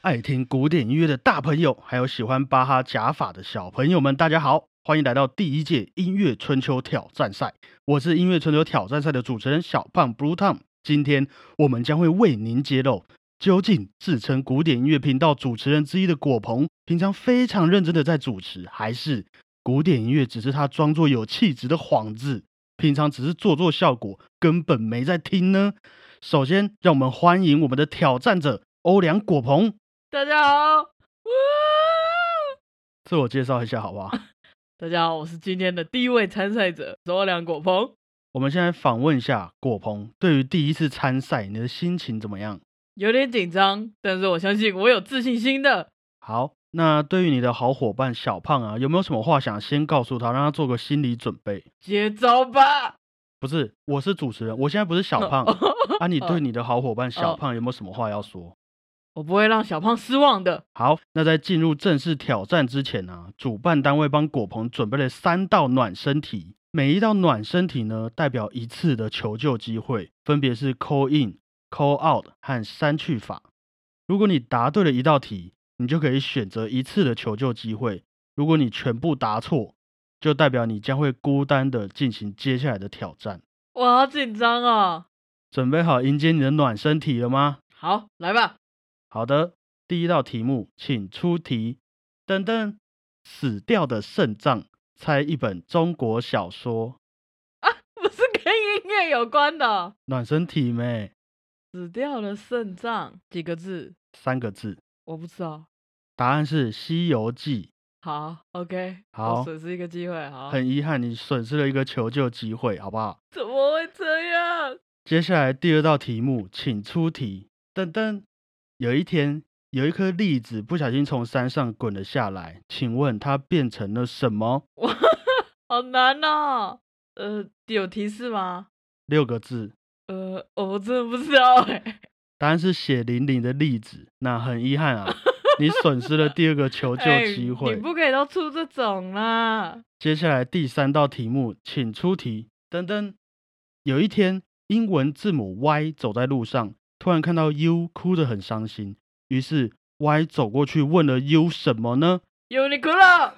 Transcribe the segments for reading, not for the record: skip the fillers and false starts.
爱听古典音乐的大朋友，还有喜欢巴哈假发的小朋友们，大家好，欢迎来到第一届音乐春秋挑战赛。我是音乐春秋挑战赛的主持人小胖 Blue Tom。今天我们将会为您揭露，究竟自称古典音乐频道主持人之一的果鹏，平常非常认真的在主持，还是古典音乐只是他装作有气质的幌子，平常只是做效果，根本没在听呢？首先，让我们欢迎我们的挑战者欧良果鹏。 大家好， 自我介绍一下好不好？ 大家好，我是今天的第一位参赛者欧良果鹏。 我们现在访问一下果鹏，对于第一次参赛，你的心情怎么样？ 有点紧张，但是我相信我有自信心的。 好，那对于你的好伙伴小胖啊，有没有什么话想先告诉他，让他做个心理准备？ 接招吧！ 不是，我是主持人，我现在不是小胖啊。你对你的好伙伴小胖有没有什么话要说？ 我不会让小胖失望的。 好，那在进入正式挑战之前啊，主办单位帮果鹏准备了3道暖身题，每一道暖身题呢，代表一次的求救机会，分别是 call in、call out 和删去法。如果你答对了一道题，你就可以选择一次的求救机会；如果你全部答错，就代表你将会孤单的进行接下来的挑战。 我好紧张哦！ 准备好迎接你的暖身题了吗？ 好，来吧。 好的，第一道题目，请出题。噔噔，死掉的肾脏，猜一本中国小说。 啊，不是跟音乐有关的。 暖身题咩？ 死掉了肾脏，几个字 ？3个字。 我不知道。 答案是《西游记》。 好 ，OK， 好， 我损失一个机会。好， 很遗憾，你损失了一个求救机会，好不好？ 怎么会这样？ 接下来第2道题目，请出题。噔噔，有一天，有一颗栗子不小心从山上滚了下来，请问它变成了什么？ 哇，好难哦。有提示吗 ？6个字。 我真的不知道哎。 答案是血淋淋的栗子。那很遗憾啊，你损失了第2个求救机会。 你不可以都出这种啦。 接下来第3道题目，请出题。噔噔，有一天，英文字母 Y 走在路上，突然看到 U 哭得很伤心，于是 Y 走过去问了 U 什么呢？ Uniqlo。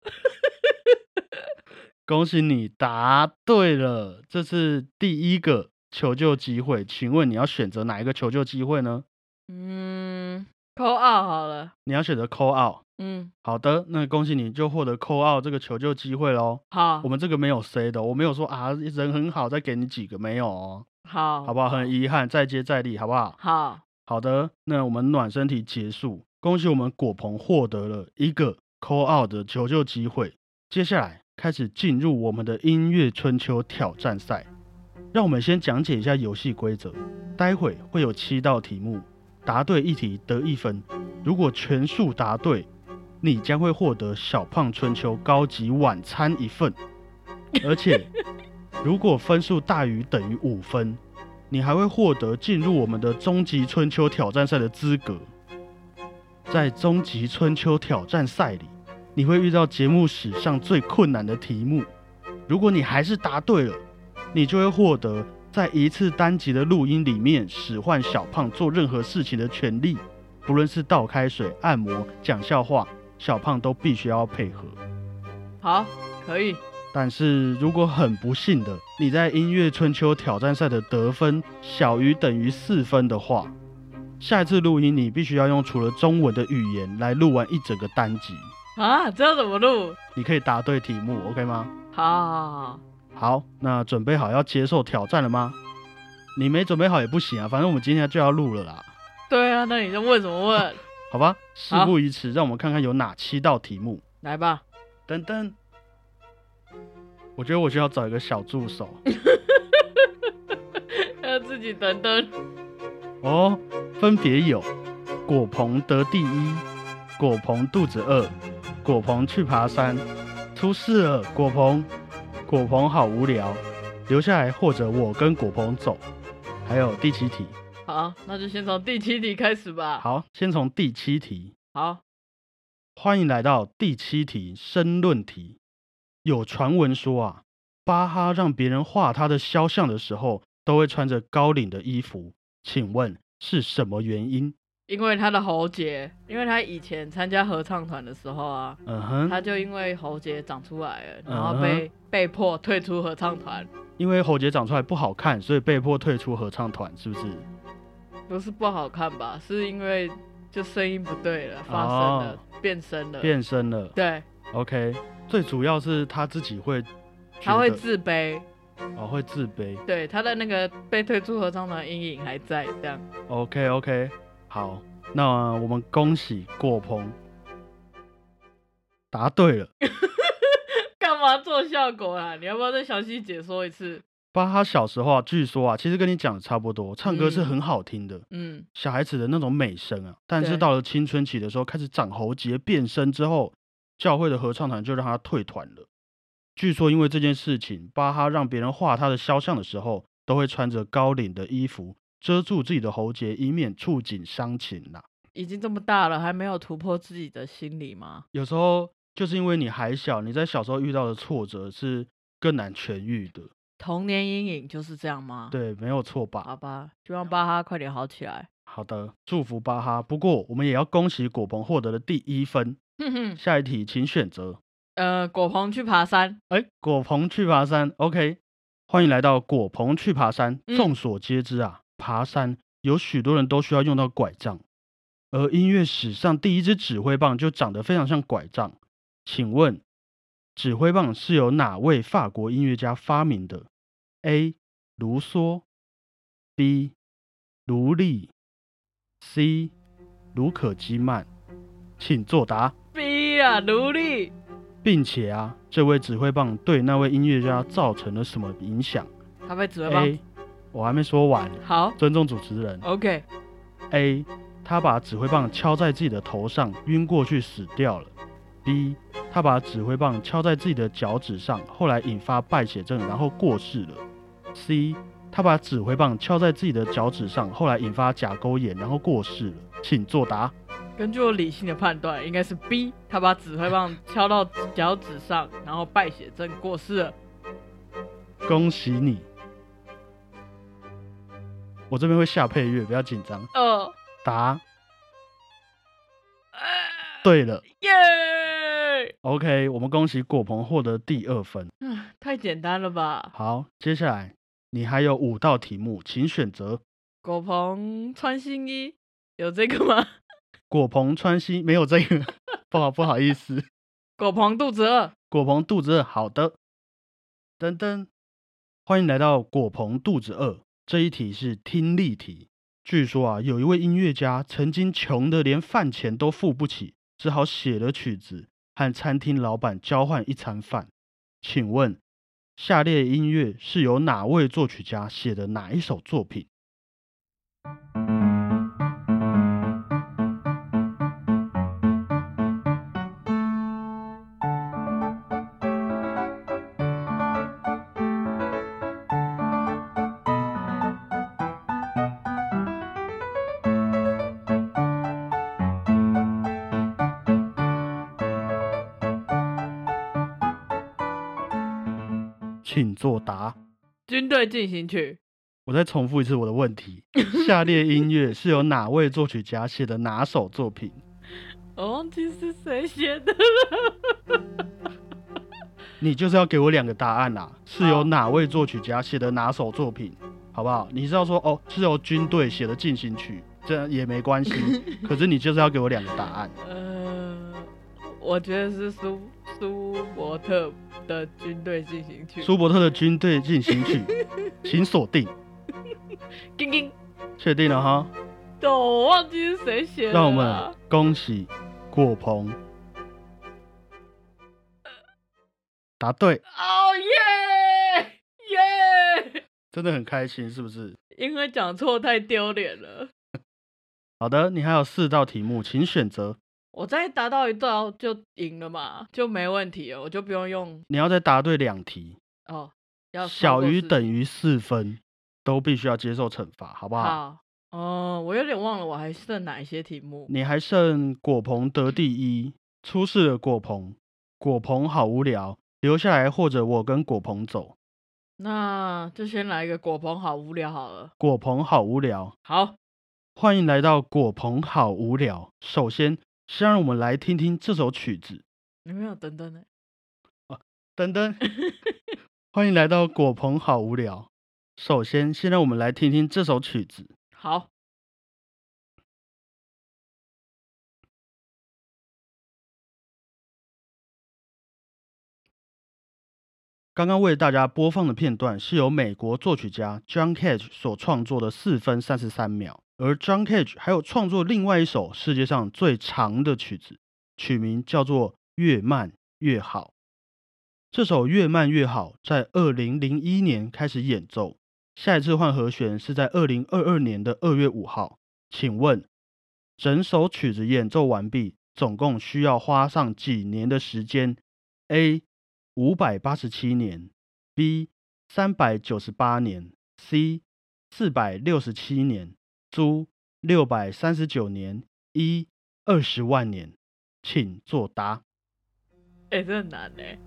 恭喜你答对了，这是第1个求救机会，请问你要选择哪一个求救机会呢 ？call out 好了。 你要选择 call out。好的，那恭喜你就获得 call out 这个求救机会咯。 好， 我们这个没有 say 的，我没有说啊人很好再给你几个，没有哦。好不好？很遗憾，再接再厉，好不好？好的，那我们暖身题结束，恭喜我们果鹏获得了一个 call out 的求救机会。接下来开始进入我们的音乐春秋挑战赛。让我们先讲解一下游戏规则，待会会有7道题目，答对一题得1分，如果全数答对，你将会获得小胖春秋高级晚餐1份，而且如果分数大于等于5分，你还会获得进入我们的终极春秋挑战赛的资格。在终极春秋挑战赛里，你会遇到节目史上最困难的题目，如果你还是答对了，你就会获得在一次单集的录音里面使唤小胖做任何事情的权利，不论是倒开水、按摩、讲笑话，小胖都必须要配合。 好，可以。 但是如果很不幸的你在音乐春秋挑战赛的得分小于等于4分的话，下一次录音你必须要用除了中文的语言来录完一整个单集啊！这要怎么录？ 你可以答对题目 OK 吗？ 好， 那准备好要接受挑战了吗？你没准备好也不行啊，反正我们今天就要录了啦。 对啊，那你就问什么问？ 好吧，事不宜迟，让我们看看有哪7道题目。 来吧。 噔噔，我觉得我需要找一个小助手。 要自己等等。 哦，分别有果鹏得第1，果鹏肚子饿，果鹏去爬山，出事了果鹏，果鹏好无聊，留下来或者我跟果鹏走。还有第7题。 好，那就先从第7题开始吧。 好，先从第7题。 好， 欢迎来到第7题申论题。有传闻说啊，巴哈让别人画他的肖像的时候，都会穿着高领的衣服，请问是什么原因？ 因为他的喉结，因为他以前参加合唱团的时候啊，他就因为喉结长出来了，然后被迫退出合唱团。 因为喉结长出来不好看，所以被迫退出合唱团，是不是？ 不是不好看吧？是因为就声音不对了，发声了，变声了。对 ，OK。最主要是他自己他会自卑。 会自卑。 对，他的那个被退出合唱团阴影还在，这样。 OK， 好，那我们恭喜果鹏答对了。 干嘛做效果啊？你要不要再详细解说一次？ 巴哈小时候据说啊，其实跟你讲的差不多，唱歌是很好听的，小孩子的那种美声啊。但是到了青春期的时候，开始长喉结变声之后，教会的合唱团就让他退团了。据说因为这件事情，巴哈让别人画他的肖像的时候，都会穿着高领的衣服遮住自己的喉结，以免触景伤情啦。 已经这么大了，还没有突破自己的心理吗？ 有时候就是因为你还小，你在小时候遇到的挫折是更难痊愈的。 童年阴影就是这样吗？ 对，没有错吧？ 好吧，希望巴哈快点好起来。 好的，祝福巴哈。不过我们也要恭喜果鹏获得了第1分。下一题，请选择。 果鹏去爬山。 果鹏去爬山 ，OK。欢迎来到果鹏去爬山。众所皆知啊，爬山有许多人都需要用到拐杖，而音乐史上第一支指挥棒就长得非常像拐杖。请问，指挥棒是由哪位法国音乐家发明的 ？A. 卢梭 B. 卢利 C. 卢可基曼，请作答。 B 啊，卢利。 并且啊，这位指挥棒对那位音乐家造成了什么影响？ 他被指挥棒 A. 我还没说完。 好， 尊重主持人。 OK。 A. 他把指挥棒敲在自己的头上，晕过去死掉了。B. 他把指挥棒敲在自己的脚趾上，后来引发败血症，然后过世了。C. 他把指挥棒敲在自己的脚趾上，后来引发甲沟炎，然后过世了。请作答。 根据我理性的判断，应该是 B， 他把指挥棒敲到脚趾上，然后败血症过世了。 恭喜你！我这边会下配乐，不要紧张。答对了， 耶 ！OK， 我们恭喜果鹏获得第2分。 太简单了吧？ 好，接下来你还有5道题目，请选择。 果鹏穿新衣，有这个吗？ 果鹏穿新没有这个，不好意思。 果鹏肚子饿。 果鹏肚子饿，好的。噔噔，欢迎来到果鹏肚子饿。这一题是听力题。据说啊，有一位音乐家曾经穷得连饭钱都付不起，只好写了曲子和餐厅老板交换一餐饭。请问，下列音乐是由哪位作曲家写的哪一首作品？请作答。 军队进行曲。 我再重复一次我的问题：下列音乐是由哪位作曲家写的哪首作品？ 我忘记是谁写的了。 你就是要给我2个答案啦，是由哪位作曲家写的哪首作品，好不好？你是要说是由军队写的进行曲，这样也没关系。可是你就是要给我2个答案。 我觉得是舒伯特的军队进行曲。 舒伯特的军队进行曲，请锁定。确定了哈？ 我忘记是谁写的。 让我们恭喜果鹏答对。 耶！ 真的很开心，是不是？ 因为讲错太丢脸了。 好的，你还有4道题目，请选择。 我再答到1道就赢了嘛，就没问题了，我就不用用。 你要再答对2题要小于等于4分，都必须要接受惩罚，好不好？ 好。我有点忘了我还剩哪一些题目。 你还剩果鹏得第1，出事了果鹏好无聊，留下来或者我跟果鹏走。 那就先来一个果鹏好无聊好了。 果鹏好无聊。 好。 欢迎来到果棚好无聊。首先，先让我们来听听这首曲子。 有没有噔噔呢？ 噔噔。欢迎来到果棚好无聊。首先，先让我们来听听这首曲子。 好。 刚刚为大家播放的片段是由美国作曲家 John Cage 所创作的4分33秒，而 John Cage 还有创作另外一首世界上最长的曲子，曲名叫做《越慢越好》。这首《越慢越好》在2001年开始演奏，下一次换和弦是在2022年的2月5号。请问，整首曲子演奏完毕，总共需要花上几年的时间 ？A. 587年 B. 398年 C. 467年 D. 639年 E. 20万年，请作答。 这很难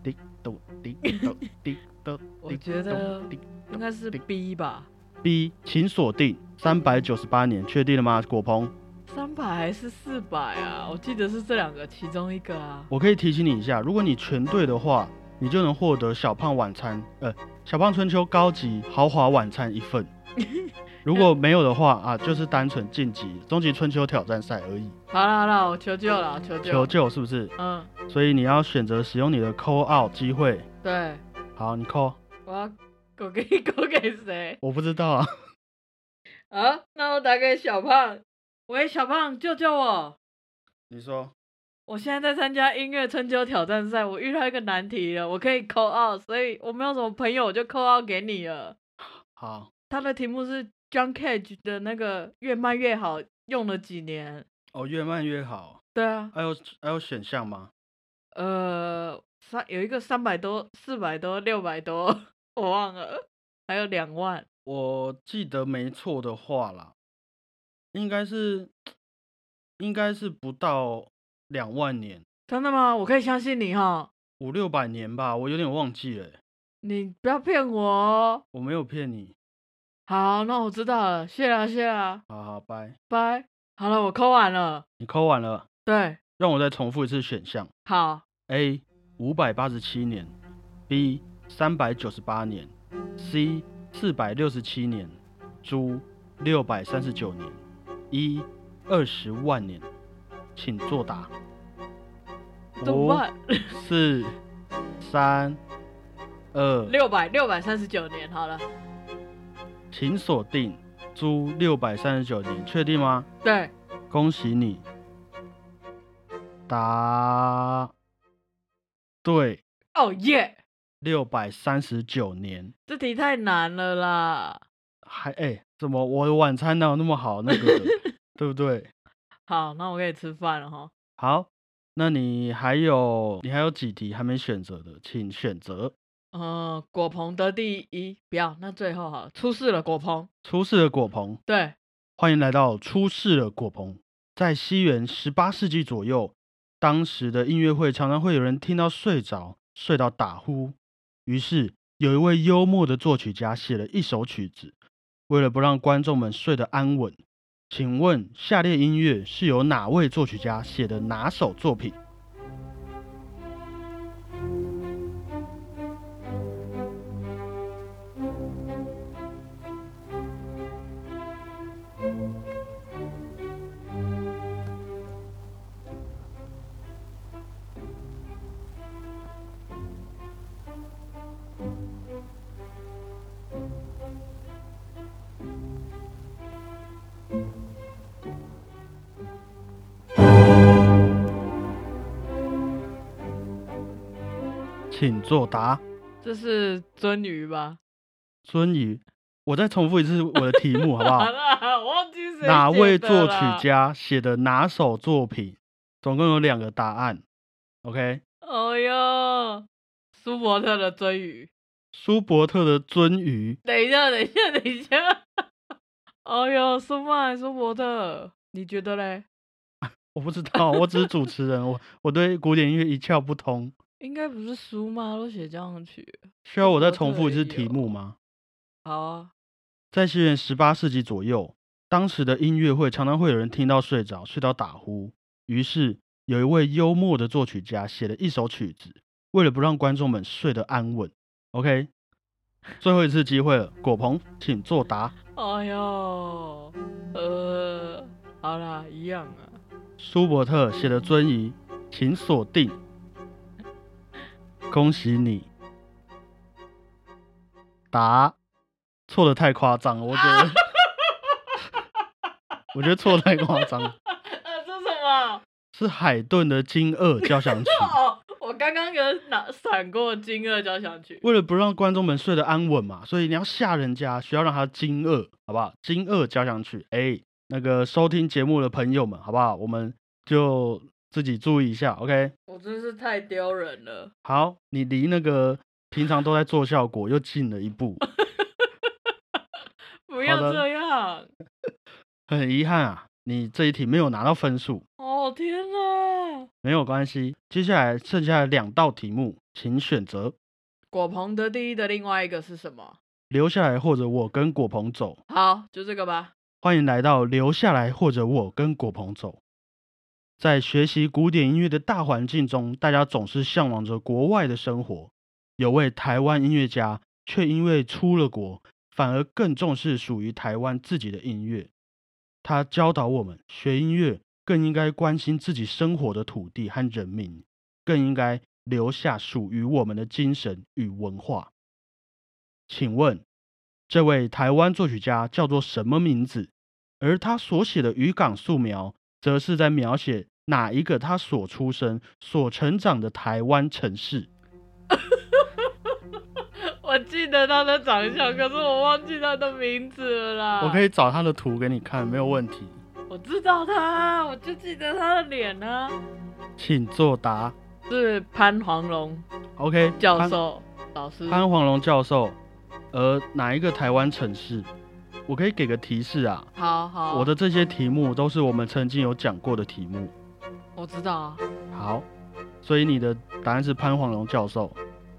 我觉得应该是 B 吧。 B， 请锁定398年，确定了吗？果棚。 300还是400啊？我记得是这两个其中一个啊。 我可以提醒你一下，如果你全对的话，你就能获得小胖春秋高级豪华晚餐1份。如果没有的话就是单纯晋级终极春秋挑战赛而已。 好了，我求救了， 求救是不是？所以你要选择使用你的 call out 机会。 对。 好，你 call。 我要勾给谁？ 我不知道啊。 好，那我打给小胖。喂，小胖，救救我！ 你说。 我现在在参加音乐春秋挑战赛，我遇到一个难题了，我可以 call out， 所以我没有什么朋友，我就 call out 给你了。 好。 他的题目是 John Cage 的那个越慢越好用了几年？ 越慢越好。 对啊。 还有选项吗？ 有一个300多、400多、600多，我忘了，还有2万。 我记得没错的话啦，应该是不到2万年。 真的吗？我可以相信你哈。 500-600年吧，我有点忘记了。 你不要骗我哦。 我没有骗你。 好，那我知道了，谢啦。 好，拜。 好了，我扣完了。 你扣完了？ 对。 让我再重复一次选项。 好。 A. 587年 B. 398年 C. 467年 D. 639年 E. 20万年，请作答。5、4、3、2。 639年，好了。 请锁定猪639年，确定吗？ 对。 恭喜你，答对。 哦耶 ！639年。 这题太难了啦。 怎么我的晚餐哪有那么好那个的对不对？ 好，那我可以吃饭了哈。 好，那你还有几题还没选择的，请选择。 果棚得第1，不要，那最后好，出事了果棚。 出事了果棚。 对。 欢迎来到出事了果棚。在西元18世纪左右，当时的音乐会常常会有人听到睡着，睡到打呼。于是有一位幽默的作曲家写了一首曲子，为了不让观众们睡得安稳，请问下列音乐是由哪位作曲家写的哪首作品？请作答。 这是鳟鱼吧？ 鳟鱼。我再重复一次我的题目好不好？ 我忘记谁写的了。 哪位作曲家写的哪首作品？总共有2个答案。OK。 哎呦，舒伯特的鳟鱼。 舒伯特的鳟鱼。 等一下。哎呦，舒伯特，你觉得嘞？ 我不知道，我只是主持人，我对古典音乐一窍不通。 应该不是舒吗？都写这样去。 需要我再重复一次题目吗？ 好啊。 在西元18世纪左右， 当时的音乐会常常会有人听到睡着，睡到打呼，于是有一位幽默的作曲家写了一首曲子，为了不让观众们睡得安稳。 OK， 最后一次机会了，果鹏请作答。 哎呦，好啦，一样啊。 舒伯特写的遵仪，请锁定。恭喜你，答错的太夸张了，我觉得我觉得错的太夸张了。 这是什么？ 是海顿的《惊愕交响曲》。 我刚刚有闪过《惊愕交响曲》。 为了不让观众们睡得安稳嘛，所以你要吓人家，需要让他惊愕，好不好？《惊愕交响曲》，那个收听节目的朋友们，好不好？我们就自己注意一下 ，OK？ 我真是太丢人了。 好，你离那个平常都在做效果又近了一步。 不要这样。 很遗憾啊，你这一题没有拿到分数。 哦天哪！ 没有关系，接下来剩下的2道题目，请选择。 果鹏得第一的另外一个是什么？ 留下来或者我跟果鹏走。 好，就这个吧。 欢迎来到留下来或者我跟果鹏走。在学习古典音乐的大环境中，大家总是向往着国外的生活。有位台湾音乐家却因为出了国，反而更重视属于台湾自己的音乐。他教导我们，学音乐更应该关心自己生活的土地和人民，更应该留下属于我们的精神与文化。请问，这位台湾作曲家叫做什么名字？而他所写的《渔港素描》则是在描写哪一个他所出生、所成长的台湾城市？ 我记得他的长相，可是我忘记他的名字了啦。 我可以找他的图给你看，没有问题。 我知道他，我就记得他的脸啊。 请作答。 是潘黄龙 OK 教授老师。 潘黄龙教授，哪一个台湾城市？我可以给个提示啊。 好， 我的这些题目都是我们曾经有讲过的题目。 我知道啊。 好，所以你的答案是潘黄龙教授。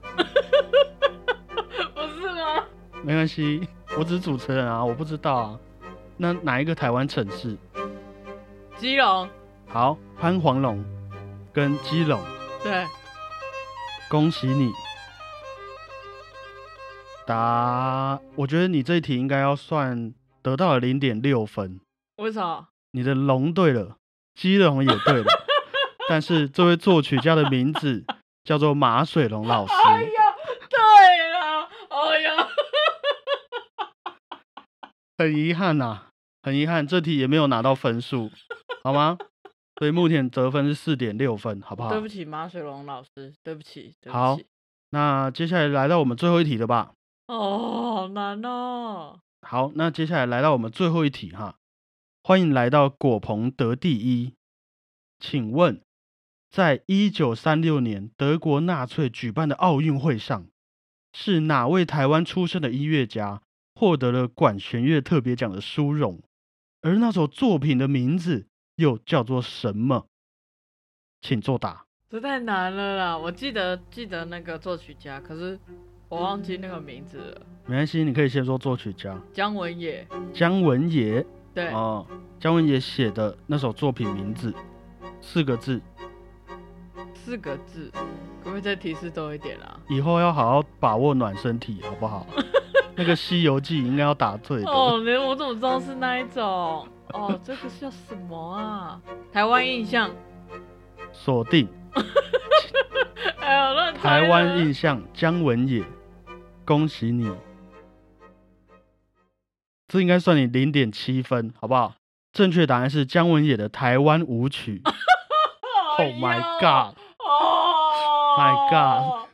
不是吗？ 没关系，我只是主持人啊，我不知道啊。那哪一个台湾城市？ 基隆。 好，潘黄龙跟基隆。 对。 恭喜你。我觉得你这一题应该要算得到了0.6分。 为什么？ 你的龙对了，基隆也对了，但是这位作曲家的名字叫做马水龙老师。 哎呀，对了，哎呀， 很遗憾呐，很遗憾，这题也没有拿到分数，好吗？所以目前得分是4.6分，好不好？ 对不起，马水龙老师，对不起。 好，那接下来来到我们最后一题了吧？ 好难哦。 好，那接下来来到我们最后一题哈，欢迎来到果鹏得第一。请问，在1936年德国纳粹举办的奥运会上，是哪位台湾出生的音乐家获得了管弦乐特别奖的殊荣？而那首作品的名字又叫做什么？请作答。 这太难了啦！我记得那个作曲家，可是我忘记那个名字了。 没关系，你可以先说作曲家。 姜文也。 姜文也。 对。 姜文也写的那首作品名字，4个字。 4个字，可不可以再提示多一点啦？ 以后要好好把握暖身体，好不好？那个《西游记》应该要打对的。 我怎么知道是那一种？这个叫什么啊？台湾印象。 锁定。台湾印象，姜文也，恭喜你。这应该算你0.7分，好不好？正确答案是姜文也的《台湾舞曲》。Oh my god！ My god！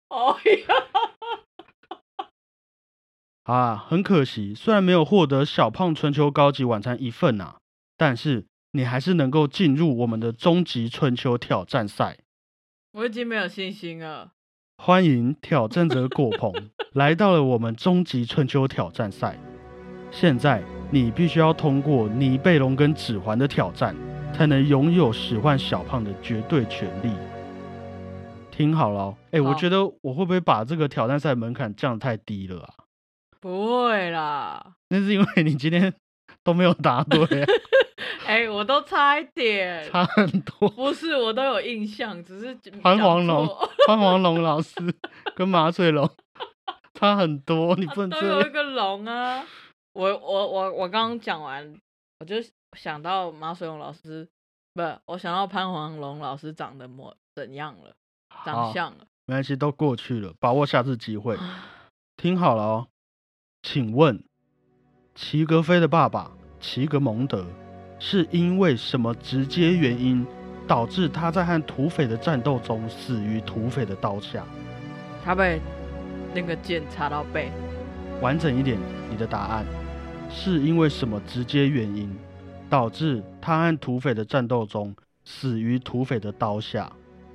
好啊，很可惜，虽然没有获得小胖春秋高级晚餐1份啊，但是你还是能够进入我们的终极春秋挑战赛。 我已经没有信心了。 欢迎挑战者果鹏来到了我们终极春秋挑战赛。现在你必须要通过尼贝龙跟指环的挑战，才能拥有使唤小胖的绝对权利。听好了我觉得我会不会把这个挑战赛门槛降得太低了啊？ 不会啦， 那是因为你今天都没有答对。 我都差一点， 差很多。 不是，我都有印象，只是潘黄龙老师跟马水龙差很多，你不能都有一个龙啊。我刚刚讲完，我就想到马水龙老师，不，我想到潘黄龙老师长得怎样了，长相了。 没关系，都过去了，把握下次机会。听好了哦，请问齐格飞的爸爸齐格蒙德是因为什么直接原因导致他在和土匪的战斗中死于土匪的刀下？ 他被那个剑插到背。 完整一点，你的答案是因为什么直接原因导致他和土匪的战斗中死于土匪的刀下？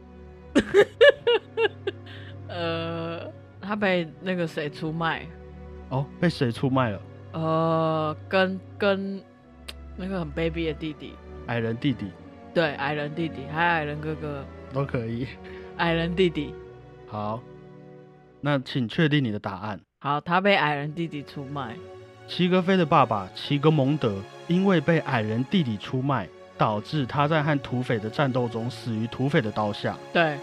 他被那个谁出卖。 哦，被谁出卖了？ 跟那个很卑鄙的弟弟， 矮人弟弟。 对，矮人弟弟还有矮人哥哥都可以。 矮人弟弟。 好，那请确定你的答案。 好，他被矮人弟弟出卖。 齐格飞的爸爸齐格蒙德因为被矮人弟弟出卖，导致他在和土匪的战斗中死于土匪的刀下。 对。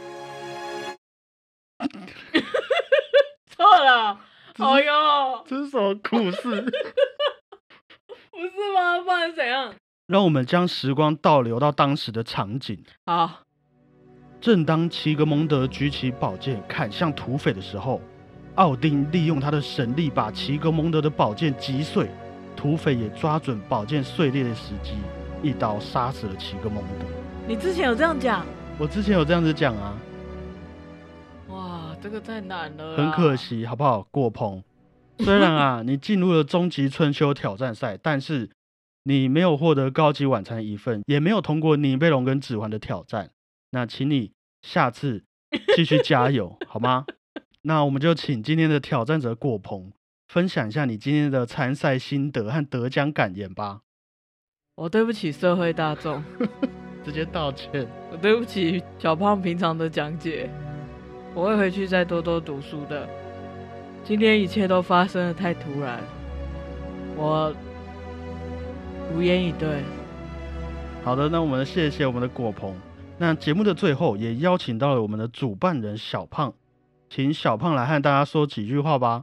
错了。哦哟， 这是什么故事？ 不是吗？不然怎样？ 让我们将时光倒流到当时的场景。 好。 正当齐格蒙德举起宝剑砍向土匪的时候，奥丁利用他的神力把齐格蒙德的宝剑击碎，土匪也抓准宝剑碎裂的时机，一刀杀死了齐格蒙德。 你之前有这样讲？ 我之前有这样子讲啊。 哇，这个太难了， 很可惜，好不好？果鹏，虽然啊你进入了终极春秋挑战赛，但是你没有获得高级晚餐一份，也没有通过尼贝龙跟指环的挑战。那请你下次继续加油，好吗？那我们就请今天的挑战者果鹏分享一下你今天的参赛心得和得奖感言吧。 我对不起社会大众。 直接道歉。 我对不起小胖平常的讲解，我会回去再多多读书的。今天一切都发生得太突然，我无言以对。 好的，那我们谢谢我们的果鹏。那节目的最后也邀请到了我们的主办人小胖，请小胖来和大家说几句话吧。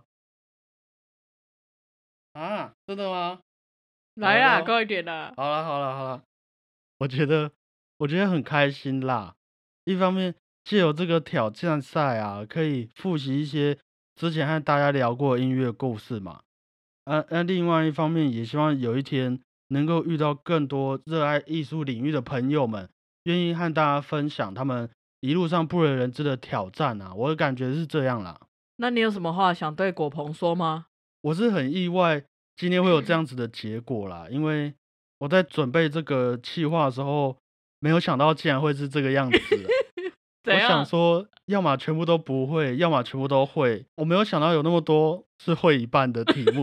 啊，真的吗？ 来啦，快一点啦。 好了，我觉得很开心啦。一方面藉由这个挑战赛啊，可以复习一些之前和大家聊过的音乐故事嘛。另外一方面也希望有一天能够遇到更多热爱艺术领域的朋友们，愿意和大家分享他们一路上不为人知的挑战啊。我的感觉是这样啦。 那你有什么话想对果鹏说吗？ 我是很意外今天会有这样子的结果啦，因为我在准备这个企划的时候，没有想到竟然会是这个样子。我想说要么全部都不会，要么全部都会，我没有想到有那么多是会一半的题目。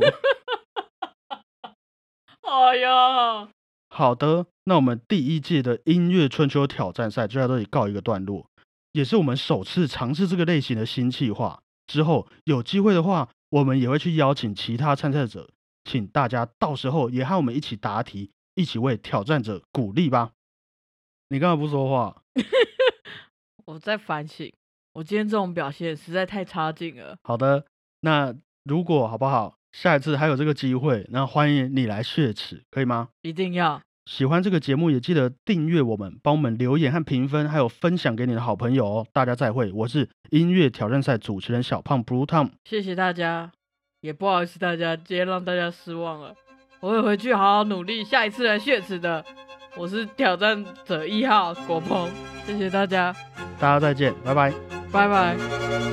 哎呀， 好的，那我们第一届的音乐春秋挑战赛就在这里告一个段落，也是我们首次尝试这个类型的新企划。之后有机会的话，我们也会去邀请其他参赛者，请大家到时候也和我们一起答题，一起为挑战者鼓励吧。你干嘛不说话？ 我在反省，我今天这种表现实在太差劲了。 好的，那如果好不好，下一次还有这个机会，那欢迎你来血耻，可以吗？ 一定要。 喜欢这个节目也记得订阅我们，帮我们留言和评分，还有分享给你的好朋友哦。大家再会，我是音乐挑战赛主持人小胖 Blue Tom。 谢谢大家，也不好意思大家今天让大家失望了，我会回去好好努力，下一次来血耻的。我是挑战者1号果鹏，谢谢大家， 大家再见，拜拜， 拜拜。